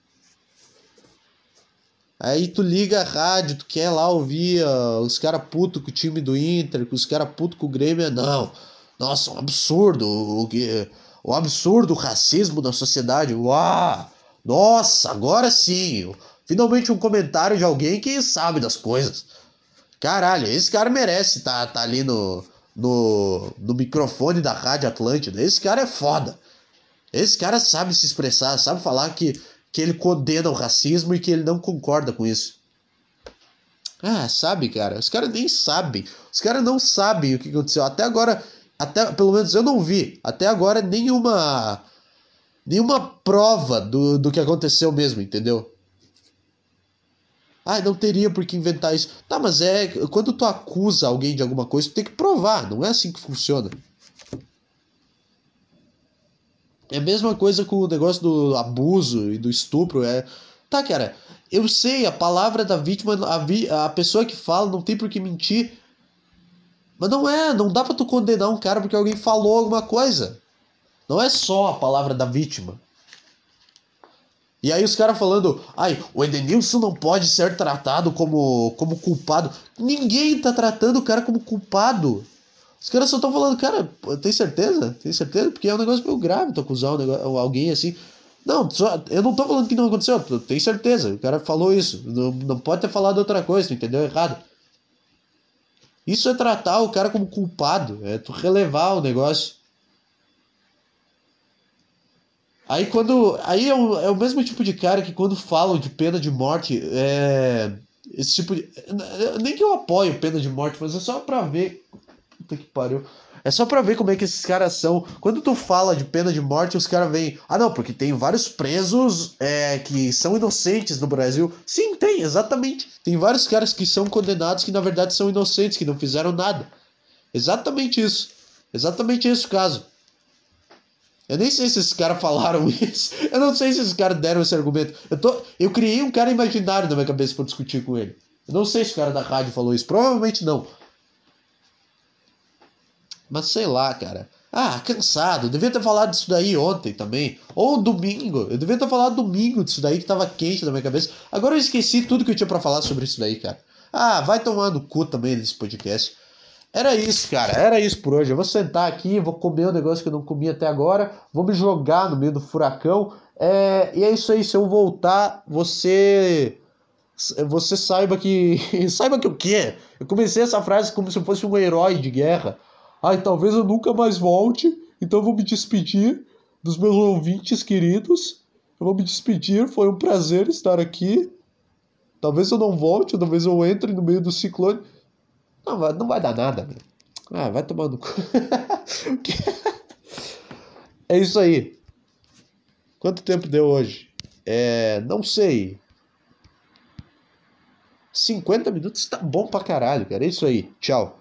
Aí tu liga a rádio, tu quer lá ouvir os caras putos com o time do Inter, com os caras putos com o Grêmio. Não. Nossa, um absurdo. O absurdo, o racismo da sociedade. Uau! Nossa, agora sim. Finalmente um comentário de alguém que sabe das coisas. Caralho, esse cara merece tá ali no microfone da Rádio Atlântida. Esse cara é foda. Esse cara sabe se expressar, sabe falar que ele condena o racismo e que ele não concorda com isso. Ah, sabe, cara? Os caras nem sabem. Os caras não sabem o que aconteceu. Até agora, até pelo menos eu não vi. Até agora nenhuma prova do que aconteceu mesmo, entendeu? Ah, não teria por que inventar isso. Tá, mas quando tu acusa alguém de alguma coisa, tu tem que provar. Não é assim que funciona. É a mesma coisa com o negócio do abuso e do estupro. Tá, cara, eu sei, a palavra da vítima, a pessoa que fala não tem por que mentir. Mas não dá pra tu condenar um cara porque alguém falou alguma coisa. Não é só a palavra da vítima. E aí os caras falando, ai, o Edenilson não pode ser tratado como culpado. Ninguém tá tratando o cara como culpado. Os caras só estão falando, cara, tem certeza? Tem certeza? Porque é um negócio meio grave tu acusar alguém assim. Não, eu não tô falando que não aconteceu, tu tem certeza. O cara falou isso. Não pode ter falado outra coisa, tu entendeu errado. Isso é tratar o cara como culpado, é tu relevar o negócio. Aí quando. Aí é o mesmo tipo de cara que quando falam de pena de morte, esse tipo de. Nem que eu apoio pena de morte, mas é só pra ver. Puta que pariu. É só pra ver como é que esses caras são. Quando tu fala de pena de morte, os caras vêm. Ah, não, porque tem vários presos que são inocentes no Brasil. Sim, tem, exatamente. Tem vários caras que são condenados que na verdade são inocentes, que não fizeram nada. Exatamente isso. Exatamente esse o caso. Eu nem sei se esses caras falaram isso. Eu não sei se esses caras deram esse argumento. Eu criei um cara imaginário na minha cabeça pra discutir com ele. Eu não sei se o cara da rádio falou isso. Provavelmente não. Mas sei lá, cara. Ah, cansado. Eu devia ter falado disso daí ontem também. Ou domingo. Eu devia ter falado domingo disso daí que tava quente na minha cabeça. Agora eu esqueci tudo que eu tinha pra falar sobre isso daí, cara. Ah, vai tomar no cu também nesse podcast. Era isso, cara. Era isso por hoje. Eu vou sentar aqui, vou comer um negócio que eu não comi até agora. Vou me jogar no meio do furacão. E é isso aí. Se eu voltar, você saiba que. Saiba que o quê? Eu comecei essa frase como se eu fosse um herói de guerra. Ai, talvez eu nunca mais volte, então eu vou me despedir dos meus ouvintes queridos. Eu vou me despedir, foi um prazer estar aqui. Talvez eu não volte, talvez eu entre no meio do ciclone. Não vai dar nada, velho. Ah, vai tomar no cu. É isso aí. Quanto tempo deu hoje? Não sei. 50 minutos tá bom pra caralho, cara. É isso aí. Tchau.